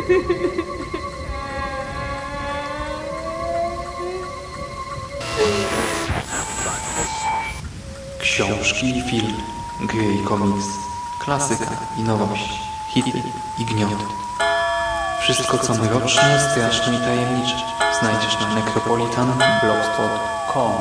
Książki i film, gry i komiks, klasyka i nowość, hity i gniot. Wszystko co mroczne, straszne i tajemnicze znajdziesz na necropolitanblogspot.com.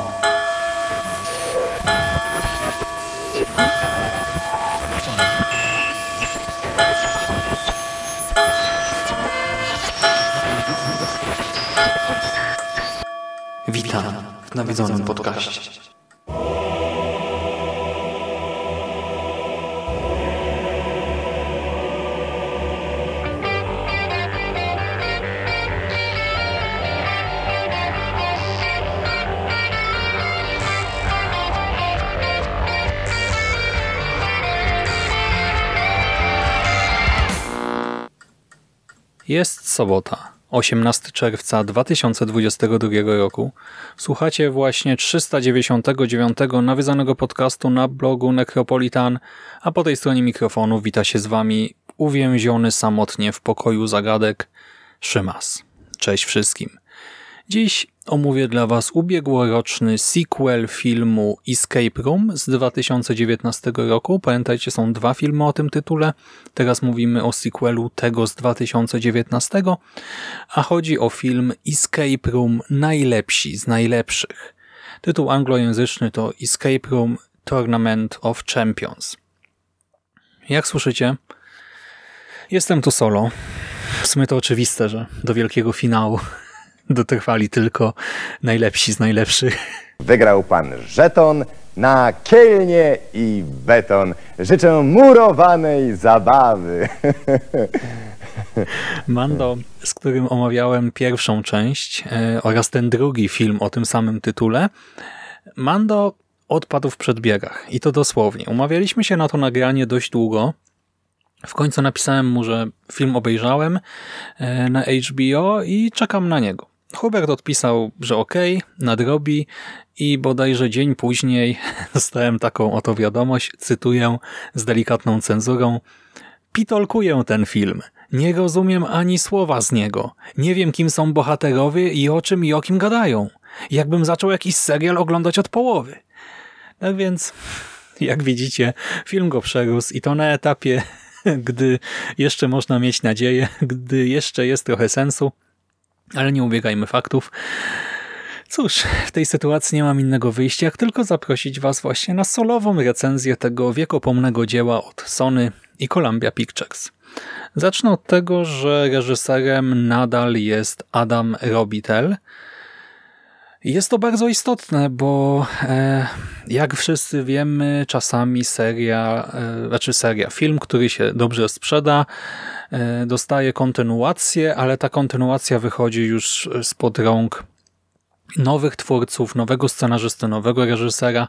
Witam w nawiedzonym podcaście. Jest sobota, 18 czerwca 2022 roku. Słuchacie właśnie 399 nawiedzonego podcastu na blogu Necropolitan, a po tej stronie mikrofonu wita się z wami uwięziony samotnie w pokoju zagadek Szymas. Cześć wszystkim. Dziś omówię dla was ubiegłoroczny sequel filmu Escape Room z 2019 roku. Pamiętajcie, są dwa filmy o tym tytule. Teraz mówimy o sequelu tego z 2019, a chodzi o film Escape Room Najlepsi z najlepszych. Tytuł anglojęzyczny to Escape Room Tournament of Champions. Jak słyszycie, jestem tu solo. W sumie to oczywiste, że do wielkiego finału dotrwali tylko najlepsi z najlepszych. Wygrał pan żeton na kielnie i beton. Życzę murowanej zabawy. Mando, z którym omawiałem pierwszą część oraz ten drugi film o tym samym tytule, Mando odpadł w przedbiegach. I to dosłownie. Umawialiśmy się na to nagranie dość długo. W końcu napisałem mu, że film obejrzałem na HBO i czekam na niego. Hubert odpisał, że okej, nadrobi i bodajże dzień później dostałem taką oto wiadomość, cytuję z delikatną cenzurą: pitolkuję ten film. Nie rozumiem ani słowa z niego. Nie wiem, kim są bohaterowie i o czym i o kim gadają. Jakbym zaczął jakiś serial oglądać od połowy. Tak więc, jak widzicie, film go przerósł i to na etapie, gdy jeszcze można mieć nadzieję, gdy jeszcze jest trochę sensu. Ale nie ubiegajmy faktów. Cóż, w tej sytuacji nie mam innego wyjścia, jak tylko zaprosić was właśnie na solową recenzję tego wiekopomnego dzieła od Sony i Columbia Pictures. Zacznę od tego, że reżyserem nadal jest Adam Robitel. Jest to bardzo istotne, bo jak wszyscy wiemy, czasami film, który się dobrze sprzeda, dostaje kontynuację, ale ta kontynuacja wychodzi już spod rąk nowych twórców, nowego scenarzysty, nowego reżysera.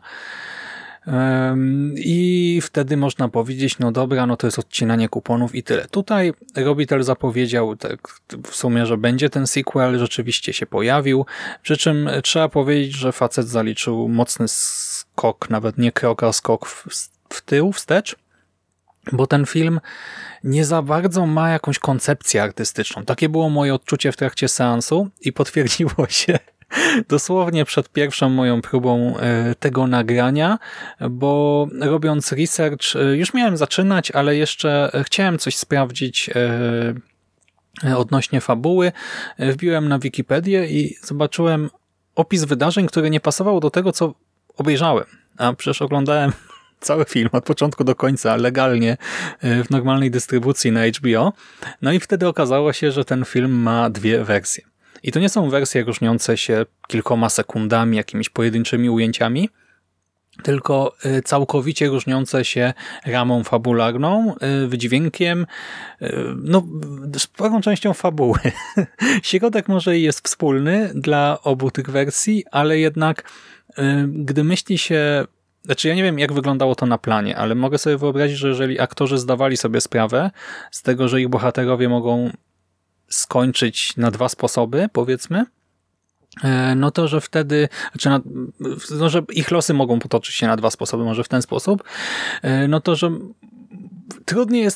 I wtedy można powiedzieć, no dobra, no to jest odcinanie kuponów i tyle. Tutaj Robitel zapowiedział tak w sumie, że będzie ten sequel, rzeczywiście się pojawił, przy czym trzeba powiedzieć, że facet zaliczył mocny skok, nawet nie krok, a skok w tył, wstecz, bo ten film nie za bardzo ma jakąś koncepcję artystyczną. Takie było moje odczucie w trakcie seansu i potwierdziło się dosłownie przed pierwszą moją próbą tego nagrania, bo robiąc research już miałem zaczynać, ale jeszcze chciałem coś sprawdzić odnośnie fabuły. Wbiłem na Wikipedię i zobaczyłem opis wydarzeń, który nie pasował do tego, co obejrzałem. A przecież oglądałem cały film od początku do końca legalnie w normalnej dystrybucji na HBO. No i wtedy okazało się, że ten film ma dwie wersje. I to nie są wersje różniące się kilkoma sekundami, jakimiś pojedynczymi ujęciami, tylko całkowicie różniące się ramą fabularną, wydźwiękiem, no sporą częścią fabuły. Środek może i jest wspólny dla obu tych wersji, ale jednak gdy myśli się... Znaczy ja nie wiem, jak wyglądało to na planie, ale mogę sobie wyobrazić, że jeżeli aktorzy zdawali sobie sprawę z tego, że ich bohaterowie mogą skończyć na dwa sposoby, powiedzmy, no to, że wtedy, no, że ich losy mogą potoczyć się na dwa sposoby, może w ten sposób, no to, że trudniej jest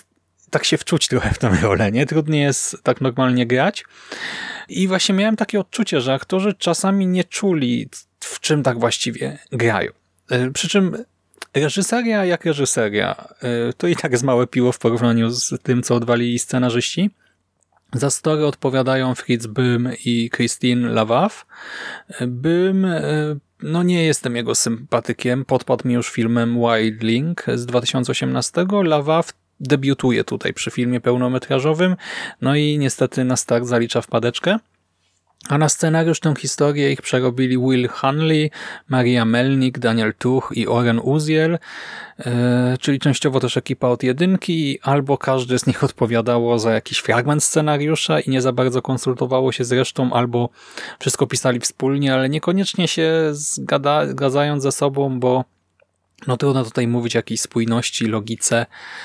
tak się wczuć trochę w tę rolę, nie? Trudniej jest tak normalnie grać. I właśnie miałem takie odczucie, że aktorzy czasami nie czuli, w czym tak właściwie grają. Przy czym reżyseria jak reżyseria, to i tak jest małe piło w porównaniu z tym, co odwalili scenarzyści. Za story odpowiadają Fritz Böhm i Christine Lavav. Böhm, no nie jestem jego sympatykiem, podpadł mi już filmem Wildling z 2018. Lavav debiutuje tutaj przy filmie pełnometrażowym, no i niestety na start zalicza wpadeczkę. A na scenariusz tę historię ich przerobili Will Hanley, Maria Melnik, Daniel Tuch i Oren Uziel, czyli częściowo też ekipa od jedynki, albo każdy z nich odpowiadało za jakiś fragment scenariusza i nie za bardzo konsultowało się z resztą, albo wszystko pisali wspólnie, ale niekoniecznie się zgadzając ze sobą, bo no trudno tutaj mówić o jakiejś spójności, logice.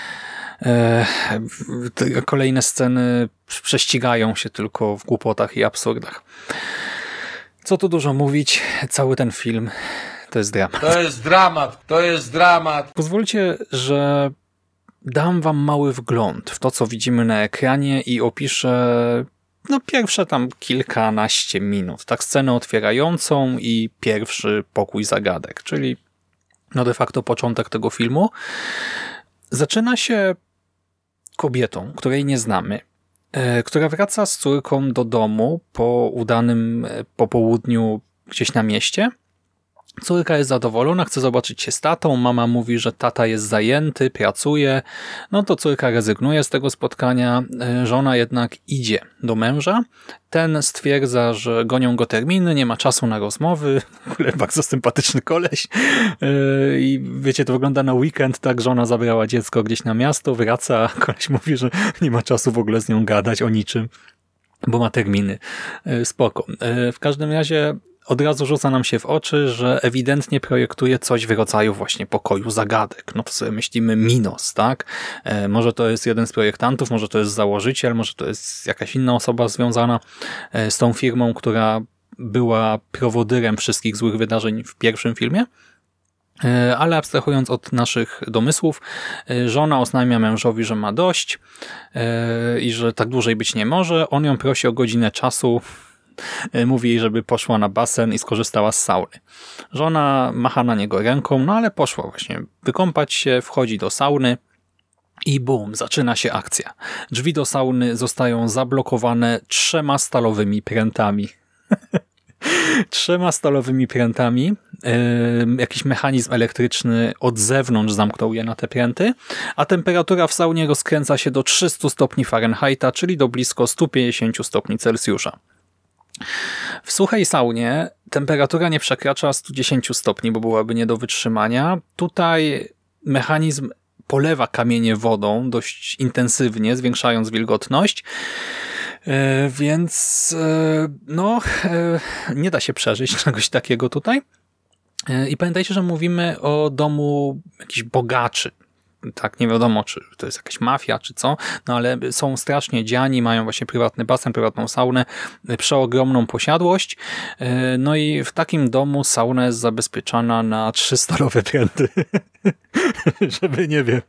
Kolejne sceny prześcigają się tylko w głupotach i absurdach. Co tu dużo mówić, cały ten film to jest dramat. To jest dramat, to jest dramat. Pozwólcie, że dam wam mały wgląd w to, co widzimy na ekranie i opiszę pierwsze tam kilkanaście minut. Tak, scenę otwierającą i pierwszy pokój zagadek, czyli de facto początek tego filmu. Zaczyna się kobietą, której nie znamy, która wraca z córką do domu po udanym popołudniu gdzieś na mieście. Córka jest zadowolona, chce zobaczyć się z tatą. Mama mówi, że tata jest zajęty, pracuje. No to córka rezygnuje z tego spotkania. Żona jednak idzie do męża. Ten stwierdza, że gonią go terminy, nie ma czasu na rozmowy. W ogóle bardzo sympatyczny koleś. I wiecie, to wygląda na weekend, tak? Żona zabrała dziecko gdzieś na miasto, wraca, a koleś mówi, że nie ma czasu w ogóle z nią gadać o niczym, bo ma terminy. Spoko. W każdym razie od razu rzuca nam się w oczy, że ewidentnie projektuje coś w rodzaju właśnie pokoju zagadek. No to sobie myślimy Minos, tak? Może to jest jeden z projektantów, może to jest założyciel, może to jest jakaś inna osoba związana z tą firmą, która była prowodyrem wszystkich złych wydarzeń w pierwszym filmie. Ale abstrahując od naszych domysłów, żona oznajmia mężowi, że ma dość i że tak dłużej być nie może. On ją prosi o godzinę czasu. Mówi jej, żeby poszła na basen i skorzystała z sauny. Żona macha na niego ręką, no ale poszła właśnie wykąpać się, wchodzi do sauny i bum, zaczyna się akcja. Drzwi do sauny zostają zablokowane 3 stalowymi prętami. 3 stalowymi prętami. Jakiś mechanizm elektryczny od zewnątrz zamknął je na te pręty, a temperatura w saunie rozkręca się do 300 stopni Fahrenheita, czyli do blisko 150 stopni Celsjusza. W suchej saunie temperatura nie przekracza 110 stopni, bo byłaby nie do wytrzymania. Tutaj mechanizm polewa kamienie wodą dość intensywnie, zwiększając wilgotność, więc nie da się przeżyć czegoś takiego tutaj. I pamiętajcie, że mówimy o domu jakichś bogaczy. Tak, nie wiadomo, czy to jest jakaś mafia, czy co, no ale są strasznie dziani, mają właśnie prywatny basen, prywatną saunę, przeogromną posiadłość, no i w takim domu sauna jest zabezpieczana na 3 stalowe pręty. Żeby, nie wiem,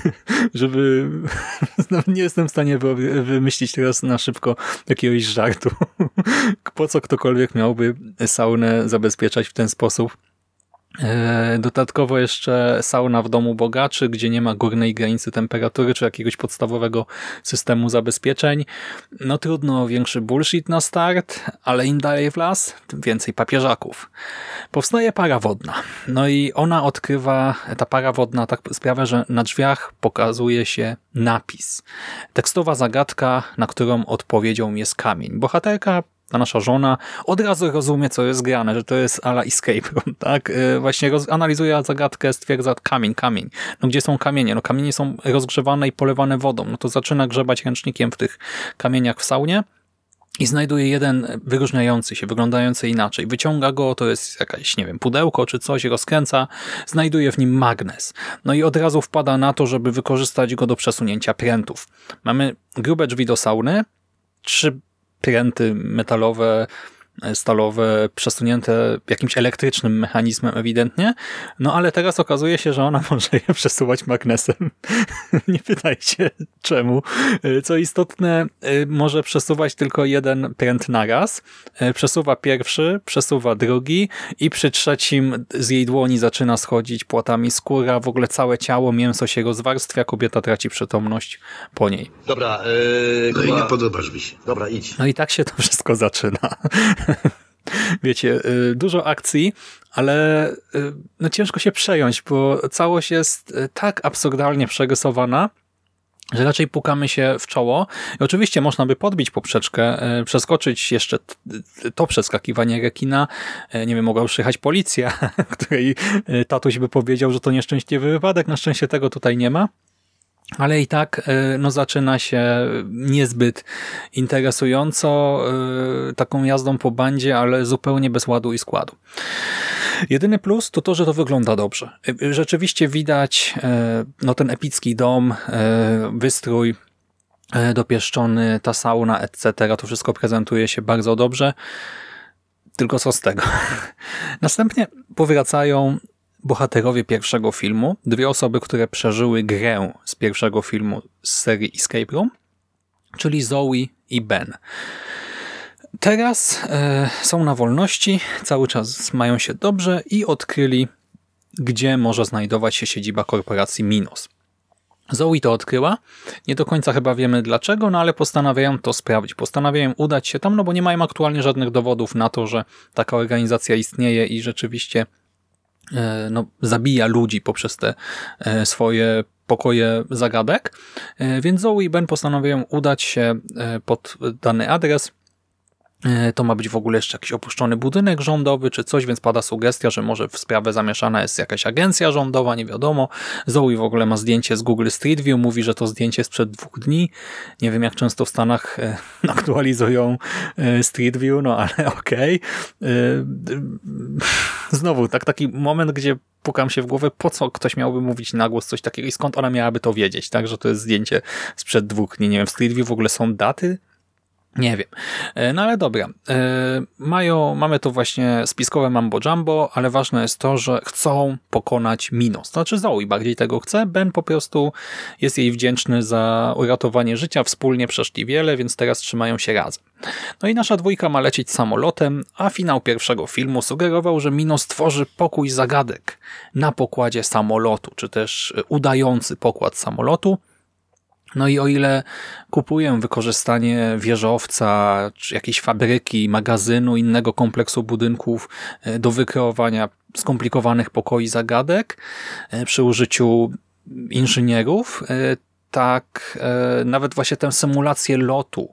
nie jestem w stanie wymyślić teraz na szybko jakiegoś żartu. Po co ktokolwiek miałby saunę zabezpieczać w ten sposób? Dodatkowo jeszcze sauna w domu bogaczy, gdzie nie ma górnej granicy temperatury czy jakiegoś podstawowego systemu zabezpieczeń. No trudno, większy bullshit na start, ale im dalej w las, tym więcej papieżaków. Powstaje para wodna. No i ona odkrywa, ta para wodna tak sprawia, że na drzwiach pokazuje się napis. Tekstowa zagadka, na którą odpowiedzią jest kamień. Bohaterka, ta nasza żona od razu rozumie, co jest grane, że to jest a la escape room, tak? Właśnie analizuje zagadkę, stwierdza kamień. No gdzie są kamienie? No kamienie są rozgrzewane i polewane wodą. No to zaczyna grzebać ręcznikiem w tych kamieniach w saunie i znajduje jeden wyróżniający się, wyglądający inaczej. Wyciąga go, to jest jakaś, nie wiem, pudełko czy coś, rozkręca, znajduje w nim magnes. No i od razu wpada na to, żeby wykorzystać go do przesunięcia prętów. Mamy grube drzwi do sauny, 3 pręty metalowe stalowe przesunięte jakimś elektrycznym mechanizmem ewidentnie, no ale teraz okazuje się, że ona może je przesuwać magnesem. Nie pytajcie czemu. Co istotne, może przesuwać tylko jeden pręt naraz. Przesuwa pierwszy, przesuwa drugi i przy trzecim z jej dłoni zaczyna schodzić płatami skóra, w ogóle całe ciało, mięso się rozwarstwia, kobieta traci przytomność po niej. Dobra, No i nie podobasz mi się. Dobra, idź. No i tak się to wszystko zaczyna. Wiecie, dużo akcji, ale no ciężko się przejąć, bo całość jest tak absurdalnie przerysowana, że raczej pukamy się w czoło. I oczywiście można by podbić poprzeczkę, przeskoczyć jeszcze to przeskakiwanie rekina. Nie wiem, mogła już przyjechać policja, której tatuś by powiedział, że to nieszczęśliwy wypadek. Na szczęście tego tutaj nie ma. Ale i tak no, zaczyna się niezbyt interesująco taką jazdą po bandzie, ale zupełnie bez ładu i składu. Jedyny plus to to, że to wygląda dobrze. Rzeczywiście widać no, ten epicki dom, wystrój dopieszczony, ta sauna, etc. To wszystko prezentuje się bardzo dobrze. Tylko co z tego? Następnie powracają bohaterowie pierwszego filmu, dwie osoby, które przeżyły grę z pierwszego filmu z serii Escape Room, czyli Zoe i Ben. Teraz są na wolności, cały czas mają się dobrze i odkryli, gdzie może znajdować się siedziba korporacji Minos. Zoe to odkryła, nie do końca chyba wiemy dlaczego, no ale postanawiają to sprawdzić. Postanawiają udać się tam, no bo nie mają aktualnie żadnych dowodów na to, że taka organizacja istnieje i rzeczywiście no, zabija ludzi poprzez te swoje pokoje zagadek. Więc Zoe i Ben postanawiają udać się pod dany adres. To ma być w ogóle jeszcze jakiś opuszczony budynek rządowy czy coś, więc pada sugestia, że może w sprawę zamieszana jest jakaś agencja rządowa, nie wiadomo. Zoe w ogóle ma zdjęcie z Google Street View, mówi, że to zdjęcie sprzed 2 dni. Nie wiem, jak często w Stanach aktualizują Street View, no ale okej. Znowu, taki moment, gdzie pukam się w głowę, po co ktoś miałby mówić na głos coś takiego i skąd ona miałaby to wiedzieć, tak, że to jest zdjęcie sprzed 2 dni. Nie wiem, w Street View w ogóle są daty? Nie wiem. No ale dobra. Mamy to właśnie spiskowe mambo jumbo, ale ważne jest to, że chcą pokonać Minos. To znaczy Zoe bardziej tego chce. Ben po prostu jest jej wdzięczny za uratowanie życia. Wspólnie przeszli wiele, więc teraz trzymają się razem. No i nasza dwójka ma lecieć samolotem, a finał pierwszego filmu sugerował, że Minos tworzy pokój zagadek na pokładzie samolotu, czy też udający pokład samolotu. No i o ile kupuję wykorzystanie wieżowca, czy jakiejś fabryki, magazynu, innego kompleksu budynków do wykreowania skomplikowanych pokoi zagadek przy użyciu inżynierów, tak nawet właśnie tę symulację lotu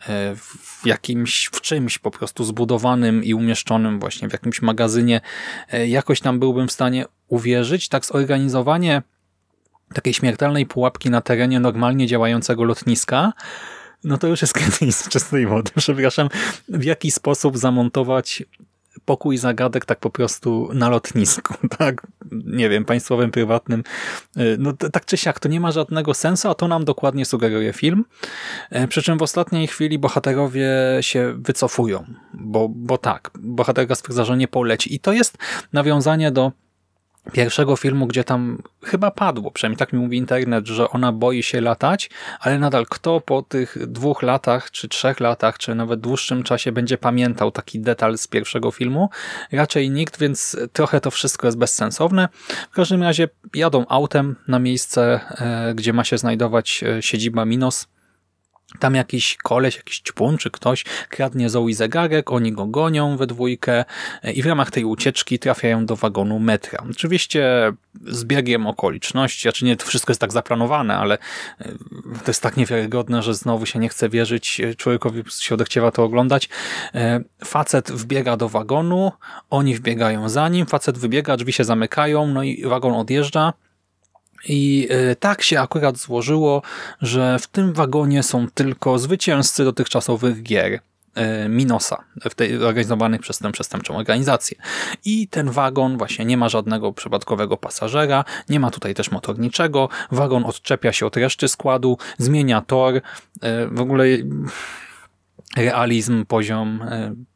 w czymś po prostu zbudowanym i umieszczonym właśnie w jakimś magazynie, jakoś tam byłbym w stanie uwierzyć. Tak zorganizowanie takiej śmiertelnej pułapki na terenie normalnie działającego lotniska, no to już jest kiedyś z czystej wody. Przepraszam, w jaki sposób zamontować pokój zagadek tak po prostu na lotnisku, tak? Nie wiem, państwowym, prywatnym. No tak czy siak, to nie ma żadnego sensu, a to nam dokładnie sugeruje film. Przy czym w ostatniej chwili bohaterowie się wycofują, bo tak, bohaterka stwierdza, że nie poleci. I to jest nawiązanie do pierwszego filmu, gdzie tam chyba padło, przynajmniej tak mi mówi internet, że ona boi się latać, ale nadal kto po tych 2 latach, czy 3 latach, czy nawet dłuższym czasie będzie pamiętał taki detal z pierwszego filmu? Raczej nikt, więc trochę to wszystko jest bezsensowne. W każdym razie jadą autem na miejsce, gdzie ma się znajdować siedziba Minos. Tam jakiś koleś, jakiś ćpun czy ktoś kradnie Zoe zegarek, oni go gonią we dwójkę i w ramach tej ucieczki trafiają do wagonu metra. Oczywiście z biegiem okoliczności, znaczy nie, to wszystko jest tak zaplanowane, ale to jest tak niewiarygodne, że znowu się nie chce wierzyć, człowiekowi się odechciewa to oglądać. Facet wbiega do wagonu, oni wbiegają za nim, facet wybiega, drzwi się zamykają, no i wagon odjeżdża. I tak się akurat złożyło, że w tym wagonie są tylko zwycięzcy dotychczasowych gier Minosa, organizowanych przez tę przestępczą organizację. I ten wagon właśnie nie ma żadnego przypadkowego pasażera, nie ma tutaj też motorniczego, wagon odczepia się od reszty składu, zmienia tor, w ogóle realizm, poziom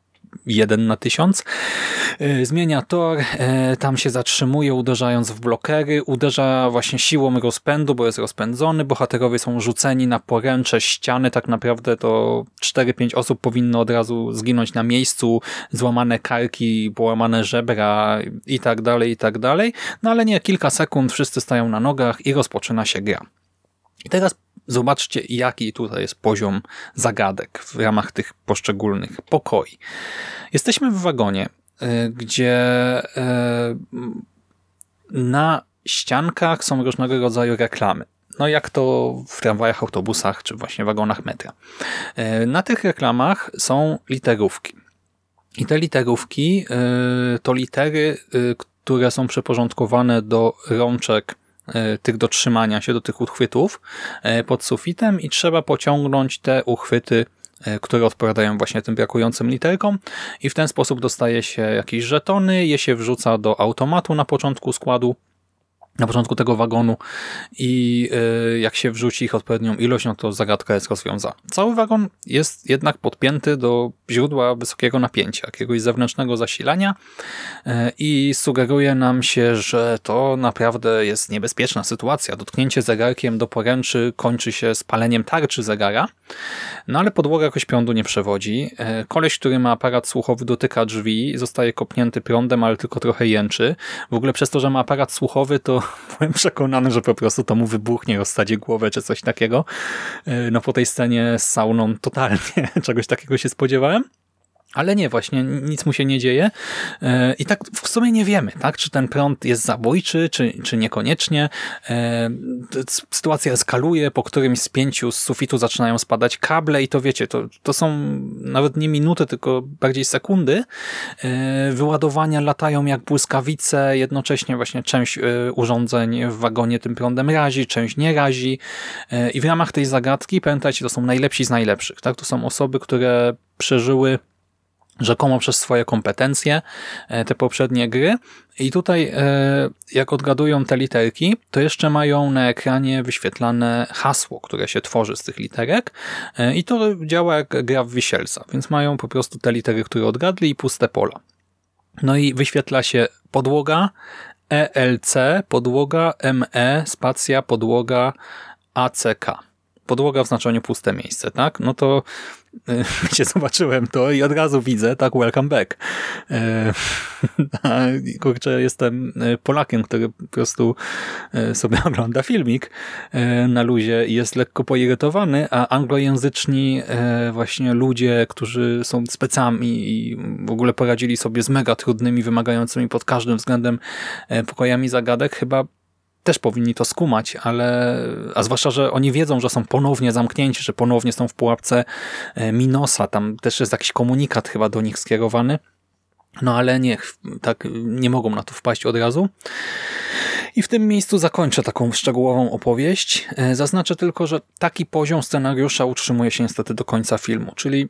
1 na 1000. Zmienia tor, tam się zatrzymuje, uderzając w blokery, uderza właśnie siłą rozpędu, bo jest rozpędzony, bohaterowie są rzuceni na poręcze ściany, tak naprawdę to 4-5 osób powinno od razu zginąć na miejscu, złamane karki, połamane żebra i tak dalej, no ale nie, kilka sekund wszyscy stają na nogach i rozpoczyna się gra. I teraz zobaczcie, jaki tutaj jest poziom zagadek w ramach tych poszczególnych pokoi. Jesteśmy w wagonie, gdzie na ściankach są różnego rodzaju reklamy. No jak to w tramwajach, autobusach czy właśnie wagonach metra. Na tych reklamach są literówki. I te literówki to litery, które są przyporządkowane do rączek tych do trzymania się, do tych uchwytów pod sufitem i trzeba pociągnąć te uchwyty, które odpowiadają właśnie tym brakującym literkom i w ten sposób dostaje się jakieś żetony, je się wrzuca do automatu na początku składu, na początku tego wagonu i jak się wrzuci ich odpowiednią ilość, no to zagadka jest rozwiązana. Cały wagon jest jednak podpięty do źródła wysokiego napięcia, jakiegoś zewnętrznego zasilania i sugeruje nam się, że to naprawdę jest niebezpieczna sytuacja. Dotknięcie zegarkiem do poręczy kończy się spaleniem tarczy zegara, no ale podłoga jakoś prądu nie przewodzi. Koleś, który ma aparat słuchowy, dotyka drzwi, zostaje kopnięty prądem, ale tylko trochę jęczy. W ogóle przez to, że ma aparat słuchowy, to byłem przekonany, że po prostu to mu wybuchnie, rozsadzie głowę czy coś takiego. No po tej scenie z sauną totalnie czegoś takiego się spodziewałem. Ale nie, właśnie nic mu się nie dzieje i tak w sumie nie wiemy, tak, czy ten prąd jest zabójczy, czy niekoniecznie. Sytuacja eskaluje, po którymś spięciu z sufitu zaczynają spadać kable i to wiecie, to są nawet nie minuty, tylko bardziej sekundy. Wyładowania latają jak błyskawice, jednocześnie właśnie część urządzeń w wagonie tym prądem razi, część nie razi i w ramach tej zagadki, pamiętajcie, to są najlepsi z najlepszych, tak, to są osoby, które przeżyły rzekomo przez swoje kompetencje te poprzednie gry i tutaj jak odgadują te literki, to jeszcze mają na ekranie wyświetlane hasło, które się tworzy z tych literek i to działa jak gra w Wisielca, więc mają po prostu te litery, które odgadli i puste pola. No i wyświetla się podłoga, ELC, podłoga, ME, spacja, podłoga, ACK. Podłoga w znaczeniu puste miejsce, tak? No to wiecie, zobaczyłem to i od razu widzę, tak, welcome back. Kurczę, jestem Polakiem, który po prostu sobie ogląda filmik na luzie i jest lekko poirytowany, a anglojęzyczni właśnie ludzie, którzy są specami i w ogóle poradzili sobie z mega trudnymi, wymagającymi pod każdym względem pokojami zagadek, chyba też powinni to skumać, a zwłaszcza, że oni wiedzą, że są ponownie zamknięci, że ponownie są w pułapce Minosa, tam też jest jakiś komunikat chyba do nich skierowany, no ale niech, tak nie mogą na to wpaść od razu. I w tym miejscu zakończę taką szczegółową opowieść. Zaznaczę tylko, że taki poziom scenariusza utrzymuje się niestety do końca filmu, czyli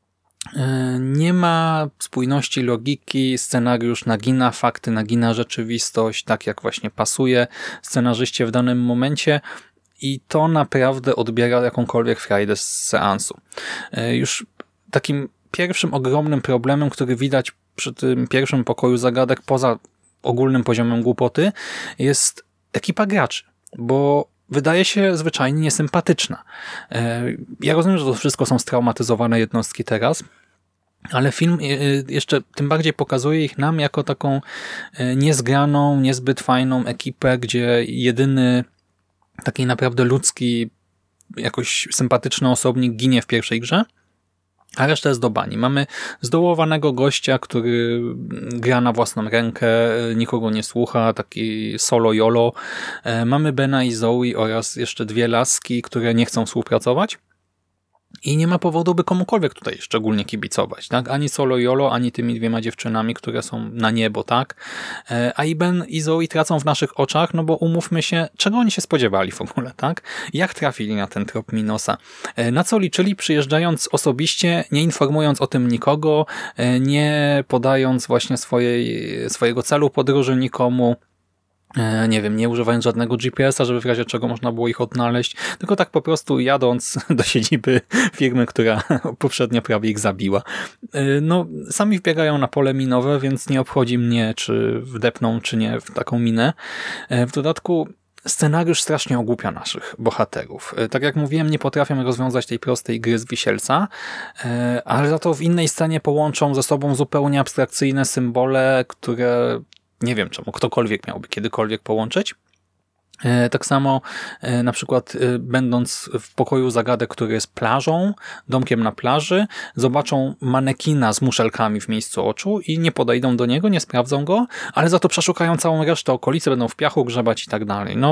nie ma spójności logiki, scenariusz nagina fakty, nagina rzeczywistość, tak jak właśnie pasuje scenarzyście w danym momencie i to naprawdę odbiera jakąkolwiek frajdę z seansu. Już takim pierwszym ogromnym problemem, który widać przy tym pierwszym pokoju zagadek poza ogólnym poziomem głupoty jest ekipa graczy, bo wydaje się zwyczajnie niesympatyczna. Ja rozumiem, że to wszystko są straumatyzowane jednostki teraz, ale film jeszcze tym bardziej pokazuje ich nam jako taką niezgraną, niezbyt fajną ekipę, gdzie jedyny taki naprawdę ludzki, jakoś sympatyczny osobnik ginie w pierwszej grze, a reszta jest do bani. Mamy zdołowanego gościa, który gra na własną rękę, nikogo nie słucha, taki solo jolo. Mamy Bena i Zoe oraz jeszcze dwie laski, które nie chcą współpracować. I nie ma powodu, by komukolwiek tutaj szczególnie kibicować, tak? Ani Solo Jolo, ani tymi dwiema dziewczynami, które są na niebo, tak? A i Ben i Zoe tracą w naszych oczach, no bo umówmy się, czego oni się spodziewali w ogóle, tak? Jak trafili na ten trop Minosa? Na co liczyli, przyjeżdżając osobiście, nie informując o tym nikogo, nie podając właśnie swojego celu podróży nikomu? nie wiem, nie używając żadnego GPS-a, żeby w razie czego można było ich odnaleźć, tylko tak po prostu jadąc do siedziby firmy, która poprzednio prawie ich zabiła. No, sami wbiegają na pole minowe, więc nie obchodzi mnie, czy wdepną, czy nie w taką minę. W dodatku scenariusz strasznie ogłupia naszych bohaterów. Tak jak mówiłem, nie potrafią rozwiązać tej prostej gry z wisielca, ale za to w innej scenie połączą ze sobą zupełnie abstrakcyjne symbole, które nie wiem czemu ktokolwiek miałby kiedykolwiek połączyć. Tak samo na przykład będąc w pokoju zagadek, który jest plażą, domkiem na plaży, zobaczą manekina z muszelkami w miejscu oczu i nie podejdą do niego, nie sprawdzą go, ale za to przeszukają całą resztę okolicy, będą w piachu grzebać i tak dalej. No,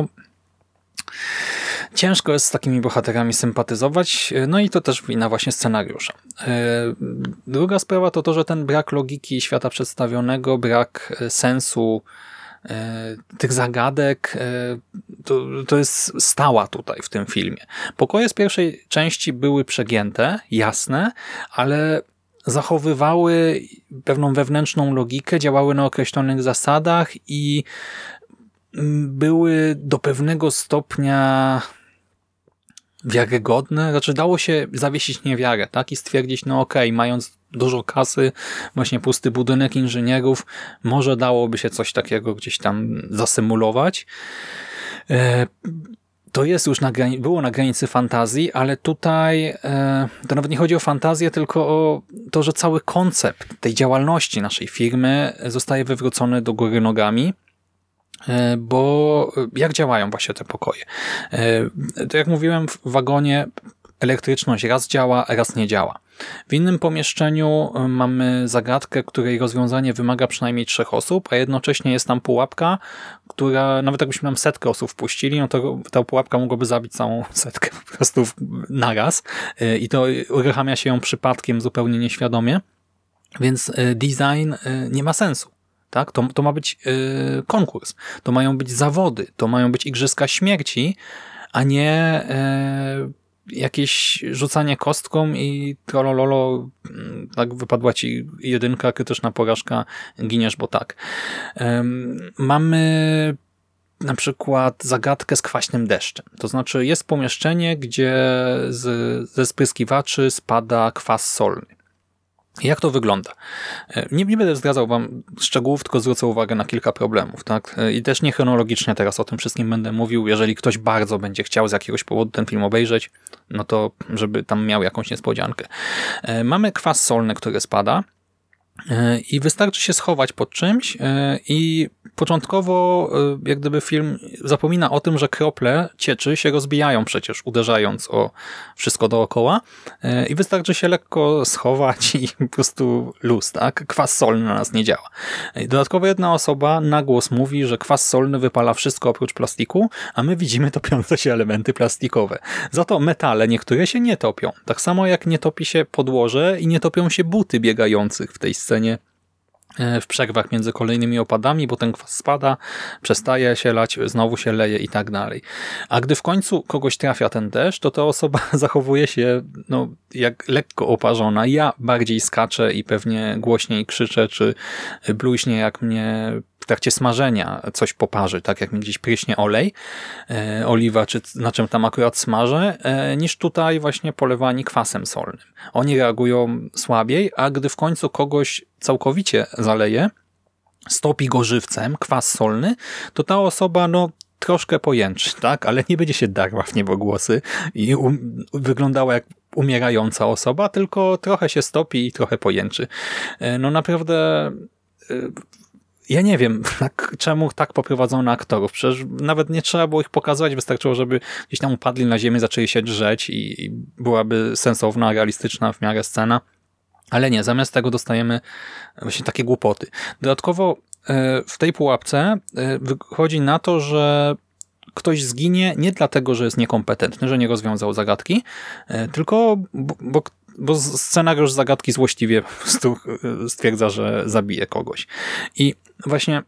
ciężko jest z takimi bohaterami sympatyzować, no i to też wina właśnie scenariusza. Druga sprawa to to, że ten brak logiki świata przedstawionego, brak sensu tych zagadek, to jest stała tutaj w tym filmie. Pokoje z pierwszej części były przegięte, jasne, ale zachowywały pewną wewnętrzną logikę, działały na określonych zasadach i były do pewnego stopnia wiarygodne. Znaczy dało się zawiesić niewiarę, tak? I stwierdzić, no okej, mając dużo kasy, właśnie pusty budynek inżynierów, może dałoby się coś takiego gdzieś tam zasymulować. To jest już było na granicy fantazji, ale tutaj to nawet nie chodzi o fantazję, tylko o to, że cały koncept tej działalności naszej firmy zostaje wywrócony do góry nogami. Bo jak działają właśnie te pokoje? To jak mówiłem, w wagonie elektryczność raz działa, raz nie działa. W innym pomieszczeniu mamy zagadkę, której rozwiązanie wymaga przynajmniej 3 osób, a jednocześnie jest tam pułapka, która, nawet jakbyśmy tam 100 osób wpuścili, no to ta pułapka mogłaby zabić całą 100 po prostu naraz i to uruchamia się ją przypadkiem zupełnie nieświadomie, więc design nie ma sensu. Tak? To ma być konkurs, to mają być zawody, to mają być igrzyska śmierci, a nie jakieś rzucanie kostką i trolololo, tak wypadła ci 1, krytyczna porażka, giniesz, bo tak. Mamy na przykład zagadkę z kwaśnym deszczem. To znaczy jest pomieszczenie, gdzie ze spryskiwaczy spada kwas solny. Jak to wygląda? Nie będę zdradzał wam szczegółów, tylko zwrócę uwagę na kilka problemów. Tak? I też nie chronologicznie teraz o tym wszystkim będę mówił. Jeżeli ktoś bardzo będzie chciał z jakiegoś powodu ten film obejrzeć, no to żeby tam miał jakąś niespodziankę. Mamy kwas solny, który spada i wystarczy się schować pod czymś i początkowo jak gdyby film zapomina o tym, że krople cieczy się rozbijają przecież, uderzając o wszystko dookoła i wystarczy się lekko schować i po prostu luz, tak? Kwas solny na nas nie działa. Dodatkowo jedna osoba na głos mówi, że kwas solny wypala wszystko oprócz plastiku, a my widzimy topiące się elementy plastikowe. Za to metale niektóre się nie topią. Tak samo jak nie topi się podłoże i nie topią się buty biegających w tej scenie w przerwach między kolejnymi opadami, bo ten kwas spada, przestaje się lać, znowu się leje i tak dalej. A gdy w końcu kogoś trafia ten deszcz, to ta osoba zachowuje się no, jak lekko oparzona. Ja bardziej skaczę i pewnie głośniej krzyczę, czy bluźnię, jak mnie w trakcie smażenia coś poparzy, tak jak mi gdzieś pryśnie olej, oliwa, czy na czym tam akurat smażę, niż tutaj właśnie polewani kwasem solnym. Oni reagują słabiej, a gdy w końcu kogoś całkowicie zaleje, stopi go żywcem, kwas solny, to ta osoba no troszkę pojęczy, tak, ale nie będzie się darła w niebogłosy i wyglądała jak umierająca osoba, tylko trochę się stopi i trochę pojęczy. No naprawdę ja nie wiem, czemu tak poprowadzono aktorów. Przecież nawet nie trzeba było ich pokazać, wystarczyło, żeby gdzieś tam upadli na ziemię, zaczęli się drzeć i byłaby sensowna, realistyczna w miarę scena. Ale nie, zamiast tego dostajemy właśnie takie głupoty. Dodatkowo w tej pułapce wychodzi na to, że ktoś zginie nie dlatego, że jest niekompetentny, że nie rozwiązał zagadki, tylko bo scenariusz zagadki złośliwie po prostu stwierdza, że zabije kogoś. I właśnie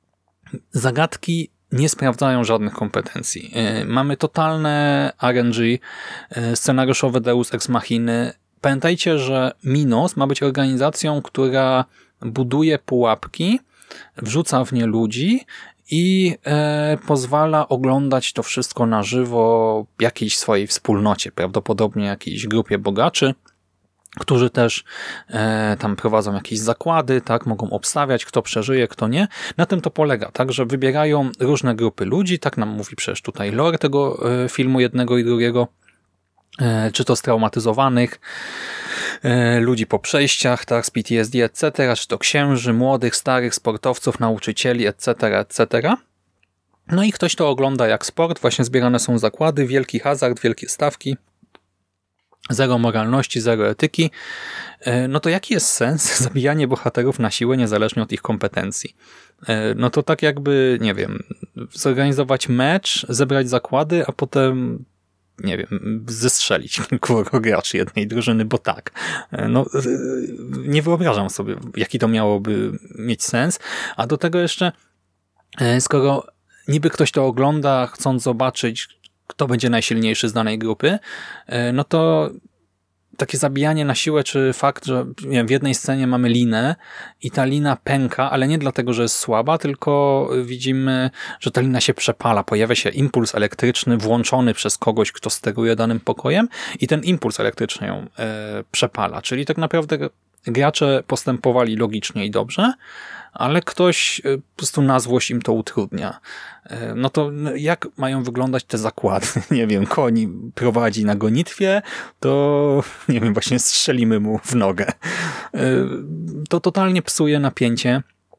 zagadki nie sprawdzają żadnych kompetencji. Mamy totalne RNG, scenariuszowe Deus Ex Machiny. Pamiętajcie, że Minos ma być organizacją, która buduje pułapki, wrzuca w nie ludzi i pozwala oglądać to wszystko na żywo jakiejś swojej wspólnocie, prawdopodobnie jakiejś grupie bogaczy, którzy też tam prowadzą jakieś zakłady, tak, mogą obstawiać, kto przeżyje, kto nie. Na tym to polega, tak, że wybierają różne grupy ludzi, tak nam mówi przecież tutaj lore tego filmu jednego i drugiego, czy to straumatyzowanych, ludzi po przejściach, tak, z PTSD, etc., czy to księży, młodych, starych, sportowców, nauczycieli, etc., etc. No i ktoś to ogląda jak sport, właśnie zbierane są zakłady, wielki hazard, wielkie stawki, zero moralności, zero etyki. No to jaki jest sens zabijanie bohaterów na siłę niezależnie od ich kompetencji? No to tak jakby, nie wiem, zorganizować mecz, zebrać zakłady, a potem, nie wiem, zestrzelić kilku graczy jednej drużyny, bo tak. No, nie wyobrażam sobie, jaki to miałoby mieć sens. A do tego jeszcze, skoro niby ktoś to ogląda, chcąc zobaczyć, kto będzie najsilniejszy z danej grupy, no to takie zabijanie na siłę, czy fakt, że nie wiem, w jednej scenie mamy linę i ta lina pęka, ale nie dlatego, że jest słaba, tylko widzimy, że ta lina się przepala. Pojawia się impuls elektryczny włączony przez kogoś, kto steruje danym pokojem i ten impuls elektryczny ją przepala. Czyli tak naprawdę gracze postępowali logicznie i dobrze, ale ktoś po prostu na złość im to utrudnia. No to jak mają wyglądać te zakłady? Nie wiem, koń prowadzi na gonitwie, to nie wiem, właśnie strzelimy mu w nogę. To totalnie psuje napięcie.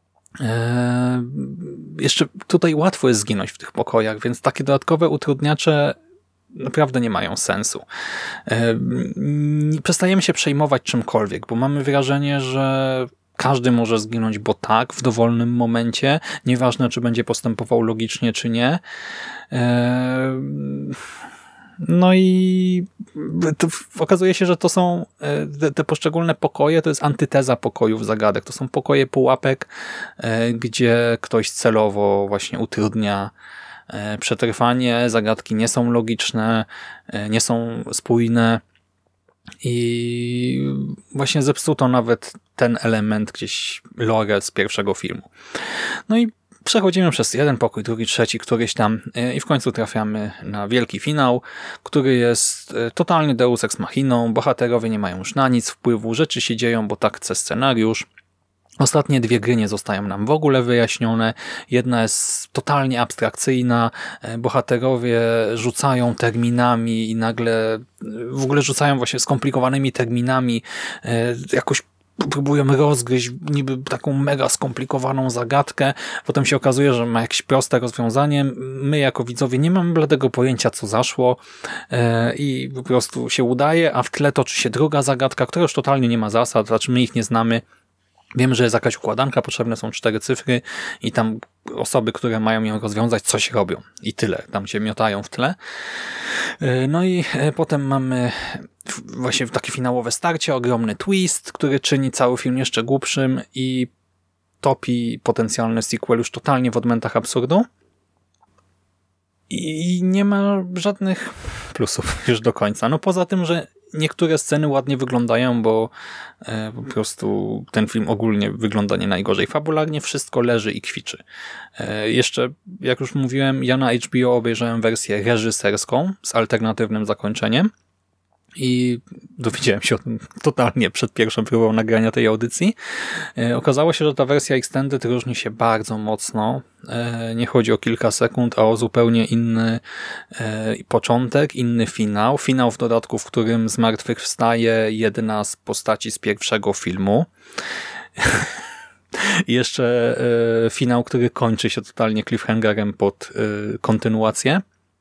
Jeszcze tutaj łatwo jest zginąć w tych pokojach, więc takie dodatkowe utrudniacze naprawdę nie mają sensu. Przestajemy się przejmować czymkolwiek, bo mamy wrażenie, że każdy może zginąć, bo tak, w dowolnym momencie, nieważne czy będzie postępował logicznie, czy nie. No i okazuje się, że to są te poszczególne pokoje, to jest antyteza pokojów zagadek. To są pokoje pułapek, gdzie ktoś celowo właśnie utrudnia przetrwanie, zagadki nie są logiczne, nie są spójne i właśnie zepsuto nawet ten element gdzieś lore z pierwszego filmu. No i przechodzimy przez jeden pokój, drugi, trzeci, któryś tam i w końcu trafiamy na wielki finał, który jest totalnie deus ex machiną, bohaterowie nie mają już na nic wpływu, rzeczy się dzieją, bo tak chce scenariusz. Ostatnie dwie gry nie zostają nam w ogóle wyjaśnione. Jedna jest totalnie abstrakcyjna. Bohaterowie rzucają terminami i nagle w ogóle rzucają właśnie skomplikowanymi terminami. Jakoś próbują rozgryźć niby taką mega skomplikowaną zagadkę. Potem się okazuje, że ma jakieś proste rozwiązanie. My jako widzowie nie mamy bladego pojęcia, co zaszło i po prostu się udaje, a w tle toczy się druga zagadka, która już totalnie nie ma zasad, znaczy my ich nie znamy. Wiemy, że jest jakaś układanka, potrzebne są 4 cyfry i tam osoby, które mają ją rozwiązać, coś robią. I tyle. Tam się miotają w tle. No i potem mamy właśnie takie finałowe starcie, ogromny twist, który czyni cały film jeszcze głupszym i topi potencjalny sequel już totalnie w odmętach absurdu. I nie ma żadnych plusów już do końca. No poza tym, że niektóre sceny ładnie wyglądają, bo po prostu ten film ogólnie wygląda nie najgorzej. Fabularnie wszystko leży i kwiczy. Jeszcze, jak już mówiłem, ja na HBO obejrzałem wersję reżyserską z alternatywnym zakończeniem i dowiedziałem się o tym totalnie przed pierwszą próbą nagrania tej audycji. Okazało się, że ta wersja extended różni się bardzo mocno. Nie chodzi o kilka sekund, a o zupełnie inny początek, inny finał. Finał w dodatku, w którym zmartwychwstaje jedna z postaci z pierwszego filmu. I jeszcze finał, który kończy się totalnie cliffhangerem pod kontynuację.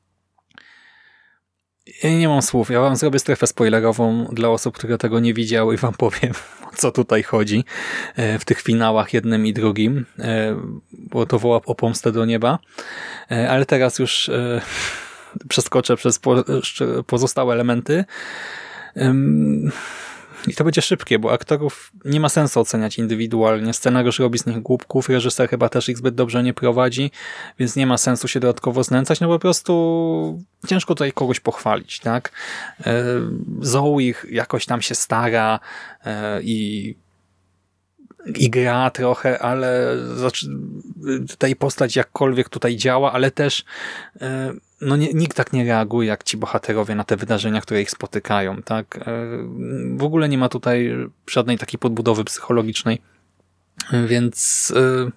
Ja nie mam słów. Ja wam zrobię strefę spoilerową dla osób, które tego nie widziały i wam powiem, o co tutaj chodzi w tych finałach jednym i drugim, bo to woła o pomstę do nieba. Ale teraz już przeskoczę przez pozostałe elementy. I to będzie szybkie, bo aktorów nie ma sensu oceniać indywidualnie. Scenariusz robi z nich głupków, reżyser chyba też ich zbyt dobrze nie prowadzi, więc nie ma sensu się dodatkowo znęcać, no po prostu ciężko tutaj kogoś pochwalić, tak? Zoe jakoś tam się stara i i gra trochę, ale tutaj postać jakkolwiek tutaj działa, ale też no nikt tak nie reaguje jak ci bohaterowie na te wydarzenia, które ich spotykają. Tak? W ogóle nie ma tutaj żadnej takiej podbudowy psychologicznej, więc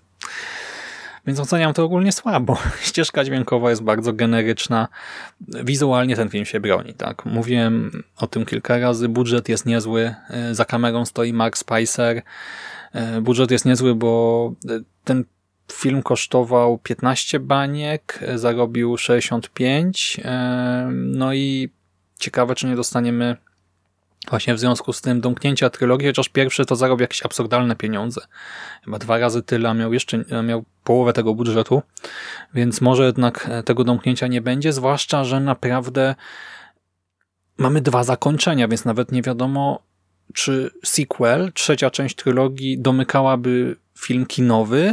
oceniam to ogólnie słabo. Ścieżka dźwiękowa jest bardzo generyczna. Wizualnie ten film się broni. Tak? Mówiłem o tym kilka razy. Budżet jest niezły. Za kamerą stoi Mark Spicer. Budżet jest niezły, bo ten film kosztował 15 baniek, zarobił 65. No i ciekawe, czy nie dostaniemy właśnie w związku z tym domknięcia trylogii, chociaż pierwszy to zarobił jakieś absurdalne pieniądze. Chyba 2 razy tyle, a miał połowę tego budżetu, więc może jednak tego domknięcia nie będzie, zwłaszcza, że naprawdę mamy 2 zakończenia, więc nawet nie wiadomo, czy sequel, 3. część trylogii domykałaby film kinowy,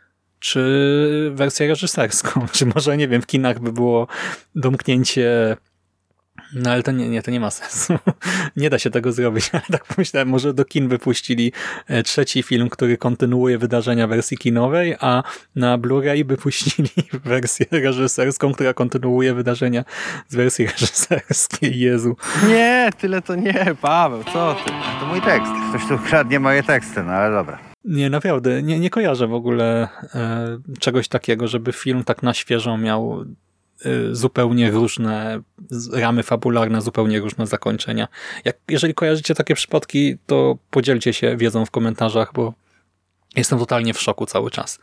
czy wersję reżyserską, czy może, nie wiem, w kinach by było domknięcie. No ale to nie ma sensu. Nie da się tego zrobić, ale tak pomyślałem, może do kin wypuścili 3. film, który kontynuuje wydarzenia wersji kinowej, a na Blu-ray by puścili wersję reżyserską, która kontynuuje wydarzenia z wersji reżyserskiej. Jezu. Nie, tyle to nie, Paweł, co ty? To mój tekst. Ktoś tu kradnie moje teksty, no ale dobra. Nie, naprawdę, nie kojarzę w ogóle czegoś takiego, żeby film tak na świeżo miał zupełnie różne ramy fabularne, zupełnie różne zakończenia. Jeżeli kojarzycie takie przypadki, to podzielcie się wiedzą w komentarzach, bo jestem totalnie w szoku cały czas.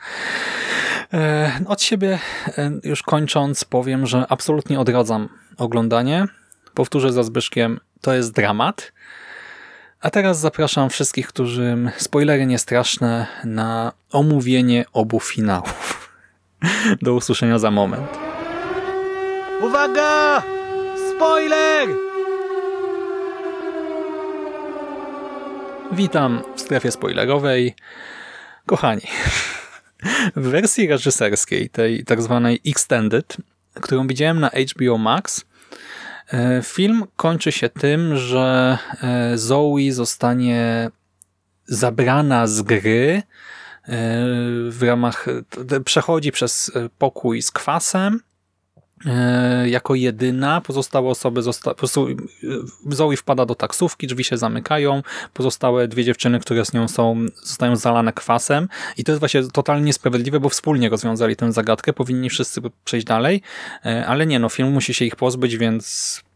Od siebie już kończąc powiem, że absolutnie odradzam oglądanie. Powtórzę za Zbyszkiem, to jest dramat. A teraz zapraszam wszystkich, którym spoilery nie straszne, na omówienie obu finałów. Do usłyszenia za moment. Uwaga! Spoiler! Witam w strefie spoilerowej. Kochani, w wersji reżyserskiej, tej tak zwanej Extended, którą widziałem na HBO Max, film kończy się tym, że Zoe zostanie zabrana z gry w ramach, przechodzi przez pokój z kwasem jako jedyna, pozostałe osoby po prostu Zoe wpada do taksówki, drzwi się zamykają, pozostałe 2 dziewczyny, które z nią są, zostają zalane kwasem i to jest właśnie totalnie niesprawiedliwe, bo wspólnie rozwiązali tę zagadkę, powinni wszyscy przejść dalej, ale nie, no film musi się ich pozbyć, więc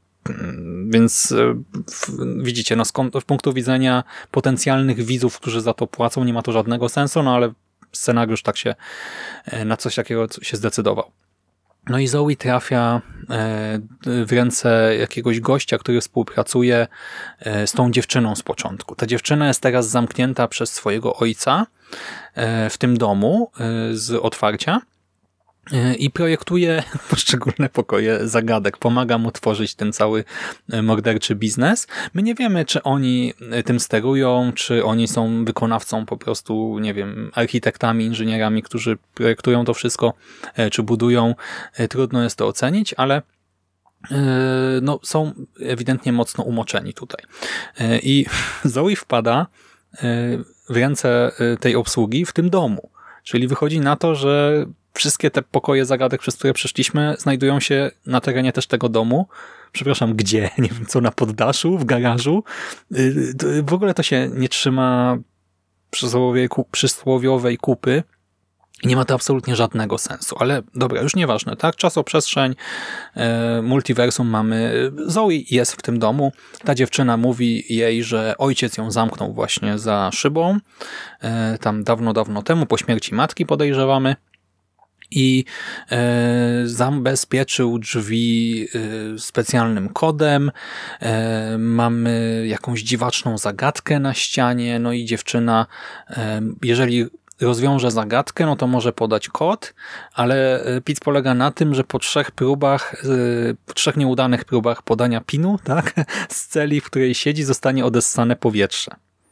widzicie, no z punktu widzenia potencjalnych widzów, którzy za to płacą, nie ma to żadnego sensu, no ale scenariusz tak się na coś takiego się zdecydował. No i Zoe trafia w ręce jakiegoś gościa, który współpracuje z tą dziewczyną z początku. Ta dziewczyna jest teraz zamknięta przez swojego ojca w tym domu z otwarcia i projektuje poszczególne pokoje zagadek. Pomaga mu tworzyć ten cały morderczy biznes. My nie wiemy, czy oni tym sterują, czy oni są wykonawcą po prostu, nie wiem, architektami, inżynierami, którzy projektują to wszystko, czy budują. Trudno jest to ocenić, ale no, są ewidentnie mocno umoczeni tutaj. I Zoe wpada w ręce tej obsługi w tym domu. Czyli wychodzi na to, że wszystkie te pokoje zagadek, przez które przeszliśmy, znajdują się na terenie też tego domu. Przepraszam, gdzie? Nie wiem co, na poddaszu, w garażu. W ogóle to się nie trzyma przysłowiowej kupy. Nie ma to absolutnie żadnego sensu, ale dobra, już nieważne, tak? Czasoprzestrzeń, multiversum mamy. Zoe jest w tym domu. Ta dziewczyna mówi jej, że ojciec ją zamknął właśnie za szybą. Tam dawno, dawno temu, po śmierci matki podejrzewamy. I zabezpieczył drzwi specjalnym kodem. Mamy jakąś dziwaczną zagadkę na ścianie, no i dziewczyna, jeżeli rozwiąże zagadkę, no to może podać kod, ale pic polega na tym, że po 3 próbach, po 3 nieudanych próbach podania pinu, tak, z celi, w której siedzi, zostanie odessane powietrze.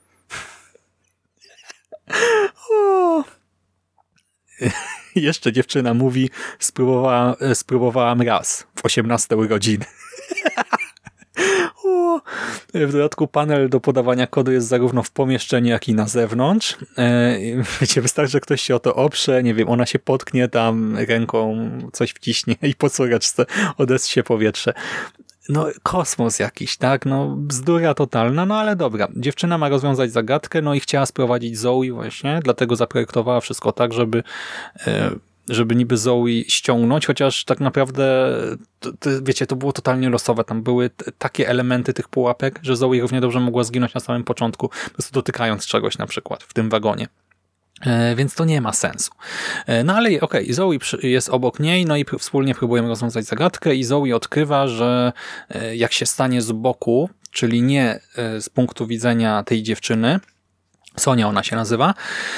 Jeszcze dziewczyna mówi, spróbowałam raz w 18 urodziny. W dodatku panel do podawania kodu jest zarówno w pomieszczeniu, jak i na zewnątrz. Wiecie, wystarczy, że ktoś się o to oprze, nie wiem, ona się potknie tam ręką, coś wciśnie i po córeczce odezwie się powietrze. No kosmos jakiś, tak? No bzdura totalna, no ale dobra. Dziewczyna ma rozwiązać zagadkę, no i chciała sprowadzić Zoe właśnie, dlatego zaprojektowała wszystko tak, żeby niby Zoe ściągnąć, chociaż tak naprawdę, wiecie, to było totalnie losowe. Tam były takie elementy tych pułapek, że Zoe równie dobrze mogła zginąć na samym początku, po prostu dotykając czegoś na przykład w tym wagonie. Więc to nie ma sensu. No ale okej, Zoe jest obok niej, no i wspólnie próbują rozwiązać zagadkę i Zoe odkrywa, że jak się stanie z boku, czyli nie z punktu widzenia tej dziewczyny, Sonia ona się nazywa,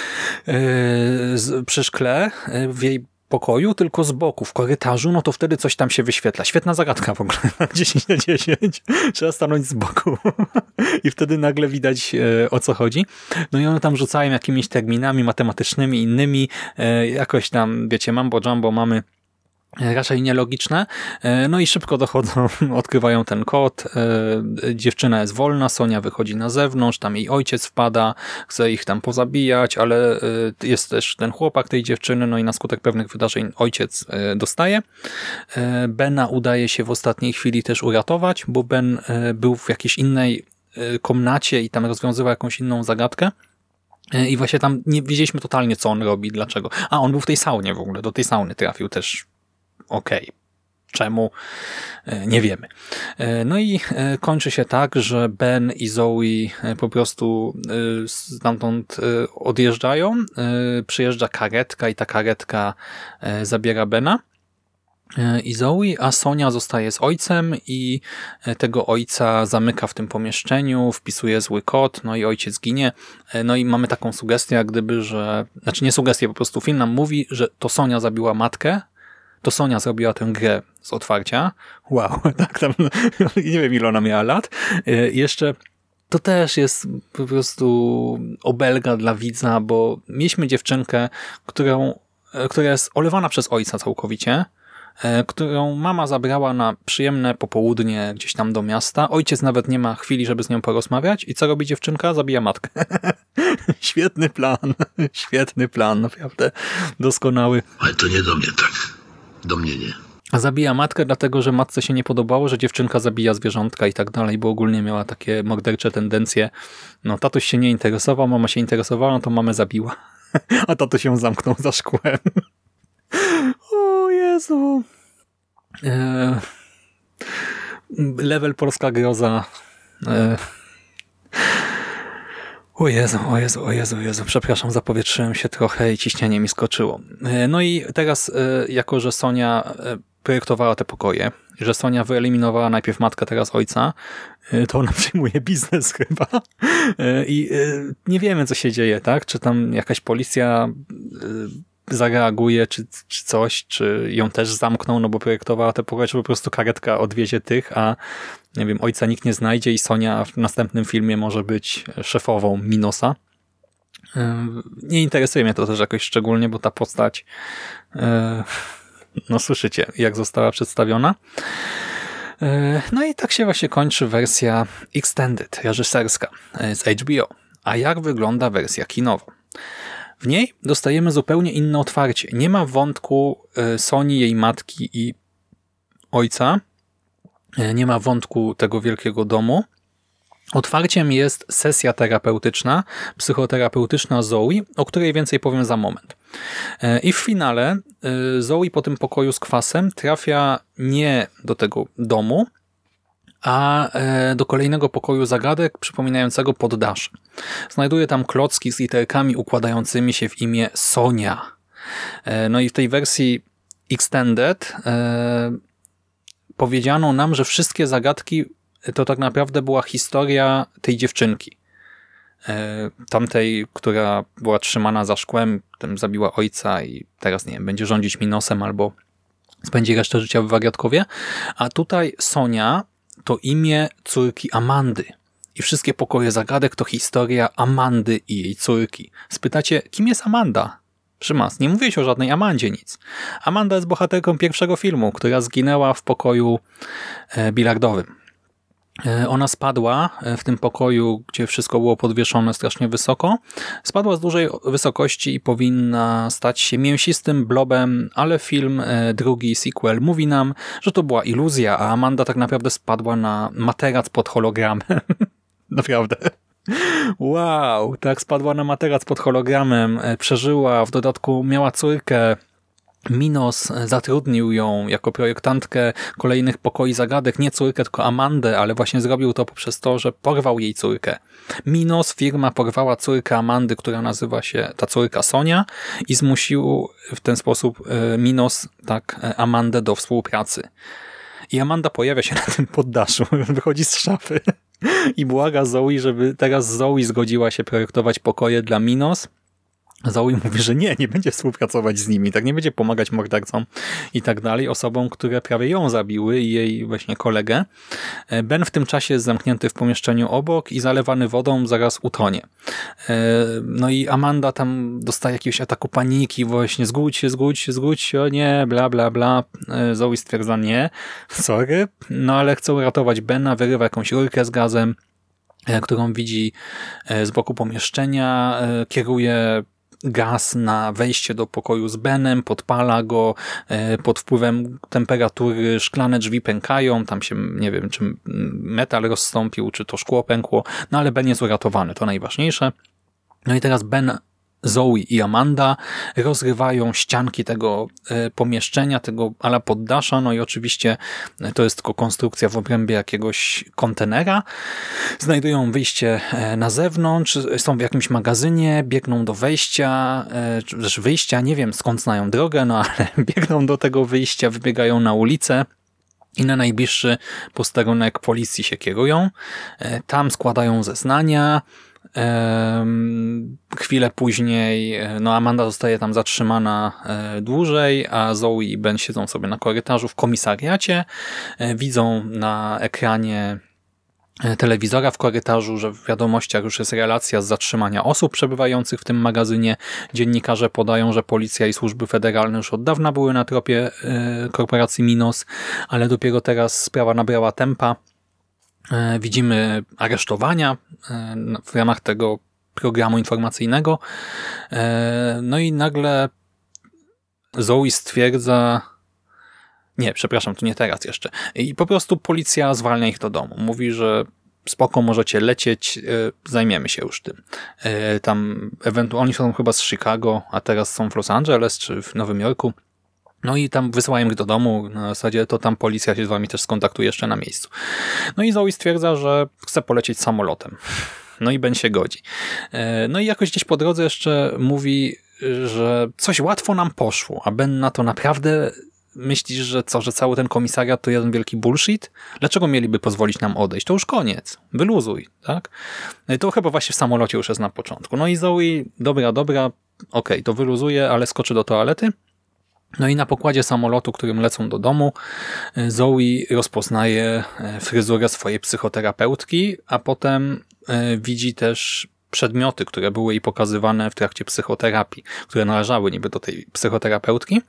przy szkle w jej pokoju, tylko z boku, w korytarzu, no to wtedy coś tam się wyświetla. Świetna zagadka w ogóle, 10 na 10. Trzeba stanąć z boku i wtedy nagle widać, o co chodzi. No i one tam rzucają jakimiś terminami matematycznymi, innymi, jakoś tam, wiecie, mambo jumbo mamy raczej nielogiczne. No i szybko dochodzą, odkrywają ten kod. Dziewczyna jest wolna, Sonia wychodzi na zewnątrz, tam jej ojciec wpada, chce ich tam pozabijać, ale jest też ten chłopak tej dziewczyny, no i na skutek pewnych wydarzeń ojciec dostaje. Bena udaje się w ostatniej chwili też uratować, bo Ben był w jakiejś innej komnacie i tam rozwiązywał jakąś inną zagadkę. I właśnie tam nie wiedzieliśmy totalnie, co on robi, dlaczego. A, on był w tej saunie w ogóle, do tej sauny trafił też. Okej. Czemu? Nie wiemy. No i kończy się tak, że Ben i Zoe po prostu stamtąd odjeżdżają. Przyjeżdża karetka i ta karetka zabiera Bena i Zoe, a Sonia zostaje z ojcem i tego ojca zamyka w tym pomieszczeniu, wpisuje zły kod, no i ojciec ginie. No i mamy taką sugestię, jak gdyby, że... Znaczy nie sugestię, po prostu film nam mówi, że to Sonia zabiła matkę, to Sonia zrobiła tę grę z otwarcia. Wow, tak tam nie wiem, ile ona miała lat. Jeszcze to też jest po prostu obelga dla widza, bo mieliśmy dziewczynkę, która jest olewana przez ojca całkowicie, którą mama zabrała na przyjemne popołudnie gdzieś tam do miasta. Ojciec nawet nie ma chwili, żeby z nią porozmawiać. I co robi dziewczynka? Zabija matkę. Świetny plan, naprawdę doskonały. Ale to nie do mnie tak. Do mnie nie. Zabija matkę, dlatego że matce się nie podobało, że dziewczynka zabija zwierzątka i tak dalej, bo ogólnie miała takie mordercze tendencje. No, tatuś się nie interesował, mama się interesowała, no to mamę zabiła. A tatuś się zamknął za szkłem. O Jezu. Level polska groza. O Jezu. Przepraszam, zapowietrzyłem się trochę i ciśnienie mi skoczyło. No i teraz, jako że Sonia projektowała te pokoje, że Sonia wyeliminowała najpierw matkę, teraz ojca, to ona przyjmuje biznes chyba. I nie wiemy, co się dzieje, tak? Czy tam jakaś policja zareaguje, czy coś, czy ją też zamkną, no bo projektowała te pokoje, czy po prostu karetka odwiezie tych, a nie wiem, ojca nikt nie znajdzie i Sonia w następnym filmie może być szefową Minosa. Nie interesuje mnie to też jakoś szczególnie, bo ta postać no słyszycie, jak została przedstawiona. No i tak się właśnie kończy wersja Extended, reżyserska z HBO. A jak wygląda wersja kinowa? W niej dostajemy zupełnie inne otwarcie. Nie ma wątku Soni, jej matki i ojca. Nie ma wątku tego wielkiego domu. Otwarciem jest sesja terapeutyczna, psychoterapeutyczna Zoe, o której więcej powiem za moment. I w finale Zoe po tym pokoju z kwasem trafia nie do tego domu, a do kolejnego pokoju zagadek przypominającego poddasze. Znajduje tam klocki z literkami układającymi się w imię Sonia. No i w tej wersji Extended powiedziano nam, że wszystkie zagadki to tak naprawdę była historia tej dziewczynki. Tamtej, która była trzymana za szkłem, potem zabiła ojca i teraz, nie wiem, będzie rządzić Minosem albo spędzi resztę życia w wariatkowie. A tutaj Sonia to imię córki Amandy. I wszystkie pokoje zagadek to historia Amandy i jej córki. Spytacie, kim jest Amanda? Przymas, nie mówiłeś o żadnej Amandzie nic. Amanda jest bohaterką pierwszego filmu, która zginęła w pokoju bilardowym. Ona spadła w tym pokoju, gdzie wszystko było podwieszone strasznie wysoko. Spadła z dużej wysokości i powinna stać się mięsistym blobem, ale film, drugi sequel, mówi nam, że to była iluzja, a Amanda tak naprawdę spadła na materac pod hologramem. Naprawdę. Wow, tak spadła na materac pod hologramem, przeżyła, w dodatku miała córkę. Minos zatrudnił ją jako projektantkę kolejnych pokoi zagadek, nie córkę, tylko Amandę, ale właśnie zrobił to poprzez to, że porwał jej córkę. Minos, firma porwała córkę Amandy, która nazywa się ta córka Sonia i zmusił w ten sposób Minos Amandę do współpracy. I Amanda pojawia się na tym poddaszu, wychodzi z szafy i błaga Zoe, żeby teraz Zoe zgodziła się projektować pokoje dla Minos. Zoe mówi, że nie będzie współpracować z nimi, tak nie będzie pomagać mordercom i tak dalej, osobom, które prawie ją zabiły i jej właśnie kolegę. Ben w tym czasie jest zamknięty w pomieszczeniu obok i zalewany wodą zaraz utonie. No i Amanda tam dostaje jakiegoś ataku paniki, właśnie zgódź się, o nie, bla, bla, bla. Zoe stwierdza nie, sorry, no ale chce uratować Bena, wyrywa jakąś rurkę z gazem, którą widzi z boku pomieszczenia, kieruje gaz na wejście do pokoju z Benem, podpala go, pod wpływem temperatury szklane drzwi pękają, tam się, nie wiem, czy metal rozstąpił, czy to szkło pękło, no ale Ben jest uratowany, to najważniejsze. No i teraz Ben, Zoe i Amanda rozrywają ścianki tego pomieszczenia, tego ala poddasza, no i oczywiście to jest tylko konstrukcja w obrębie jakiegoś kontenera. Znajdują wyjście na zewnątrz, są w jakimś magazynie, biegną do wejścia, czy też wyjścia, nie wiem skąd znają drogę, no ale biegną do tego wyjścia, wybiegają na ulicę i na najbliższy posterunek policji się kierują. Tam składają zeznania. Chwilę później Amanda zostaje tam zatrzymana dłużej, a Zoe i Ben siedzą sobie na korytarzu w komisariacie. Widzą na ekranie telewizora w korytarzu, że w wiadomościach już jest relacja z zatrzymania osób przebywających w tym magazynie. Dziennikarze podają, że policja i służby federalne już od dawna były na tropie korporacji Minos, ale dopiero teraz sprawa nabrała tempa. Widzimy aresztowania w ramach tego programu informacyjnego. No i nagle Zoe stwierdza... Nie, przepraszam, to nie teraz jeszcze. I po prostu policja zwalnia ich do domu. Mówi, że spoko, możecie lecieć, zajmiemy się już tym. Tam ewentualnie są chyba z Chicago, a teraz są w Los Angeles czy w Nowym Jorku. No i tam wysyłają ich do domu, na zasadzie to tam policja się z wami też skontaktuje jeszcze na miejscu. No i Zoe stwierdza, że chce polecieć samolotem. No i Ben się godzi. No i jakoś gdzieś po drodze jeszcze mówi, że coś łatwo nam poszło, a Ben na to naprawdę myślisz, że co, że cały ten komisariat to jeden wielki bullshit? Dlaczego mieliby pozwolić nam odejść? To już koniec. Wyluzuj, tak? To chyba właśnie w samolocie już jest na początku. No i Zoe, dobra, okej, to wyluzuje, ale skoczy do toalety. No i na pokładzie samolotu, którym lecą do domu, Zoe rozpoznaje fryzurę swojej psychoterapeutki, a potem widzi też przedmioty, które były jej pokazywane w trakcie psychoterapii, które należały niby do tej psychoterapeutki.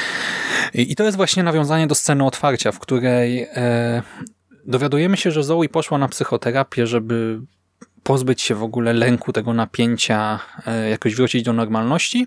I to jest właśnie nawiązanie do sceny otwarcia, w której dowiadujemy się, że Zoe poszła na psychoterapię, żeby pozbyć się w ogóle lęku, tego napięcia, jakoś wrócić do normalności.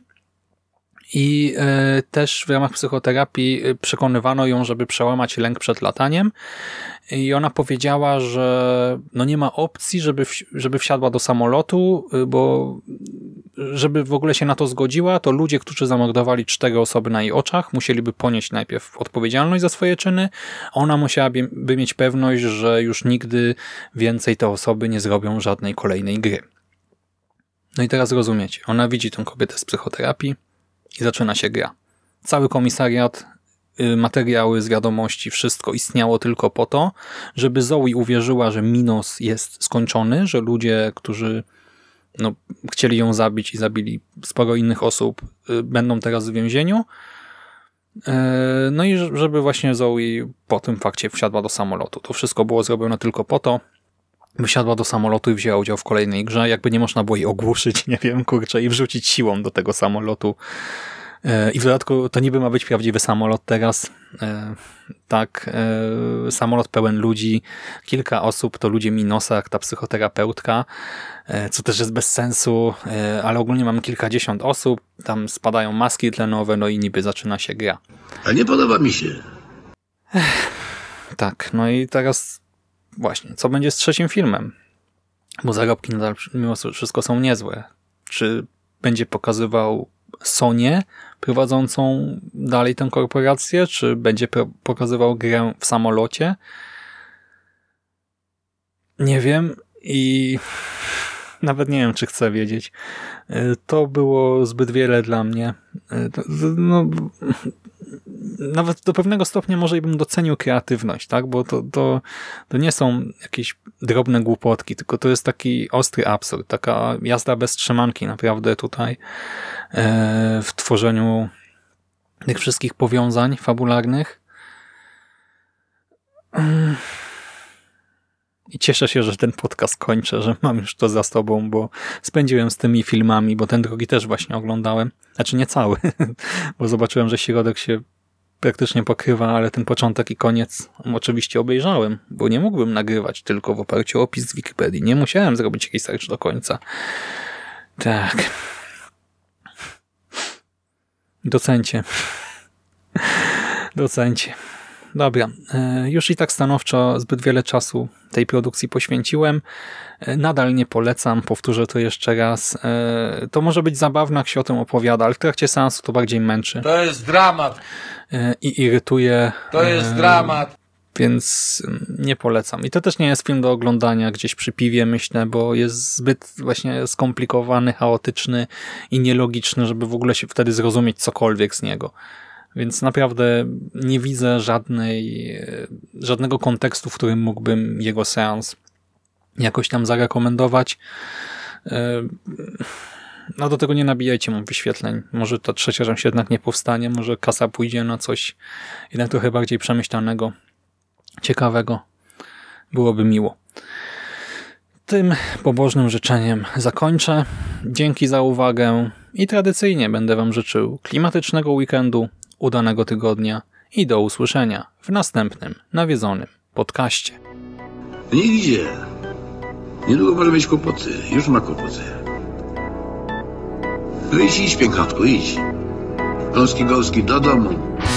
I też w ramach psychoterapii przekonywano ją, żeby przełamać lęk przed lataniem. I ona powiedziała, że no nie ma opcji, żeby wsiadła do samolotu, bo żeby w ogóle się na to zgodziła, to ludzie, którzy zamordowali 4 osoby na jej oczach, musieliby ponieść najpierw odpowiedzialność za swoje czyny. Ona musiałaby mieć pewność, że już nigdy więcej te osoby nie zrobią żadnej kolejnej gry. No i teraz rozumiecie. Ona widzi tę kobietę z psychoterapii i zaczyna się gra. Cały komisariat, materiały z wiadomości, wszystko istniało tylko po to, żeby Zoe uwierzyła, że Minos jest skończony, że ludzie, którzy chcieli ją zabić i zabili sporo innych osób, będą teraz w więzieniu. No i żeby właśnie Zoe po tym fakcie wsiadła do samolotu. To wszystko było zrobione tylko po to, by wsiadła do samolotu i wzięła udział w kolejnej grze. Jakby nie można było jej ogłuszyć, nie wiem, i wrzucić siłą do tego samolotu I w dodatku to niby ma być prawdziwy samolot teraz. Tak, samolot pełen ludzi, kilka osób, to ludzie Minosa, jak ta psychoterapeutka, co też jest bez sensu, ale ogólnie mamy kilkadziesiąt osób, tam spadają maski tlenowe, no i niby zaczyna się gra. A nie podoba mi się. Tak, no i teraz właśnie, co będzie z trzecim filmem? Bo zarobki nadal mimo wszystko są niezłe. Czy będzie pokazywał Sonię prowadzącą dalej tę korporację, czy będzie pokazywał grę w samolocie? Nie wiem i nawet nie wiem, czy chcę wiedzieć. To było zbyt wiele dla mnie. No, nawet do pewnego stopnia może i bym docenił kreatywność, tak? Bo to nie są jakieś drobne głupotki, tylko to jest taki ostry absurd, taka jazda bez trzymanki naprawdę tutaj w tworzeniu tych wszystkich powiązań fabularnych. I cieszę się, że ten podcast kończę, że mam już to za sobą, bo spędziłem z tymi filmami, bo ten drugi też właśnie oglądałem. Znaczy nie cały, bo zobaczyłem, że środek się praktycznie pokrywa, ale ten początek i koniec oczywiście obejrzałem, bo nie mógłbym nagrywać tylko w oparciu o opis z Wikipedii. Nie musiałem zrobić research do końca. Tak. Docencie. Dobra, już i tak stanowczo zbyt wiele czasu tej produkcji poświęciłem. Nadal nie polecam, powtórzę to jeszcze raz. To może być zabawne, jak się o tym opowiada, ale w trakcie seansu to bardziej męczy. To jest dramat. I irytuje. To jest dramat. Więc nie polecam. I to też nie jest film do oglądania gdzieś przy piwie, myślę, bo jest zbyt właśnie skomplikowany, chaotyczny i nielogiczny, żeby w ogóle się wtedy zrozumieć cokolwiek z niego. Więc naprawdę nie widzę żadnego kontekstu, w którym mógłbym jego seans jakoś tam zarekomendować. No do tego nie nabijajcie mu wyświetleń. Może ta trzecia część jednak nie powstanie, może kasa pójdzie na coś jednak trochę bardziej przemyślanego, ciekawego. Byłoby miło. Tym pobożnym życzeniem zakończę. Dzięki za uwagę i tradycyjnie będę wam życzył klimatycznego weekendu, udanego tygodnia i do usłyszenia w następnym nawiedzonym podcaście. Nie idzie. Niedługo może mieć kłopoty. Już ma kłopoty. No idź, pięknotku, idź. Gąski, do domu.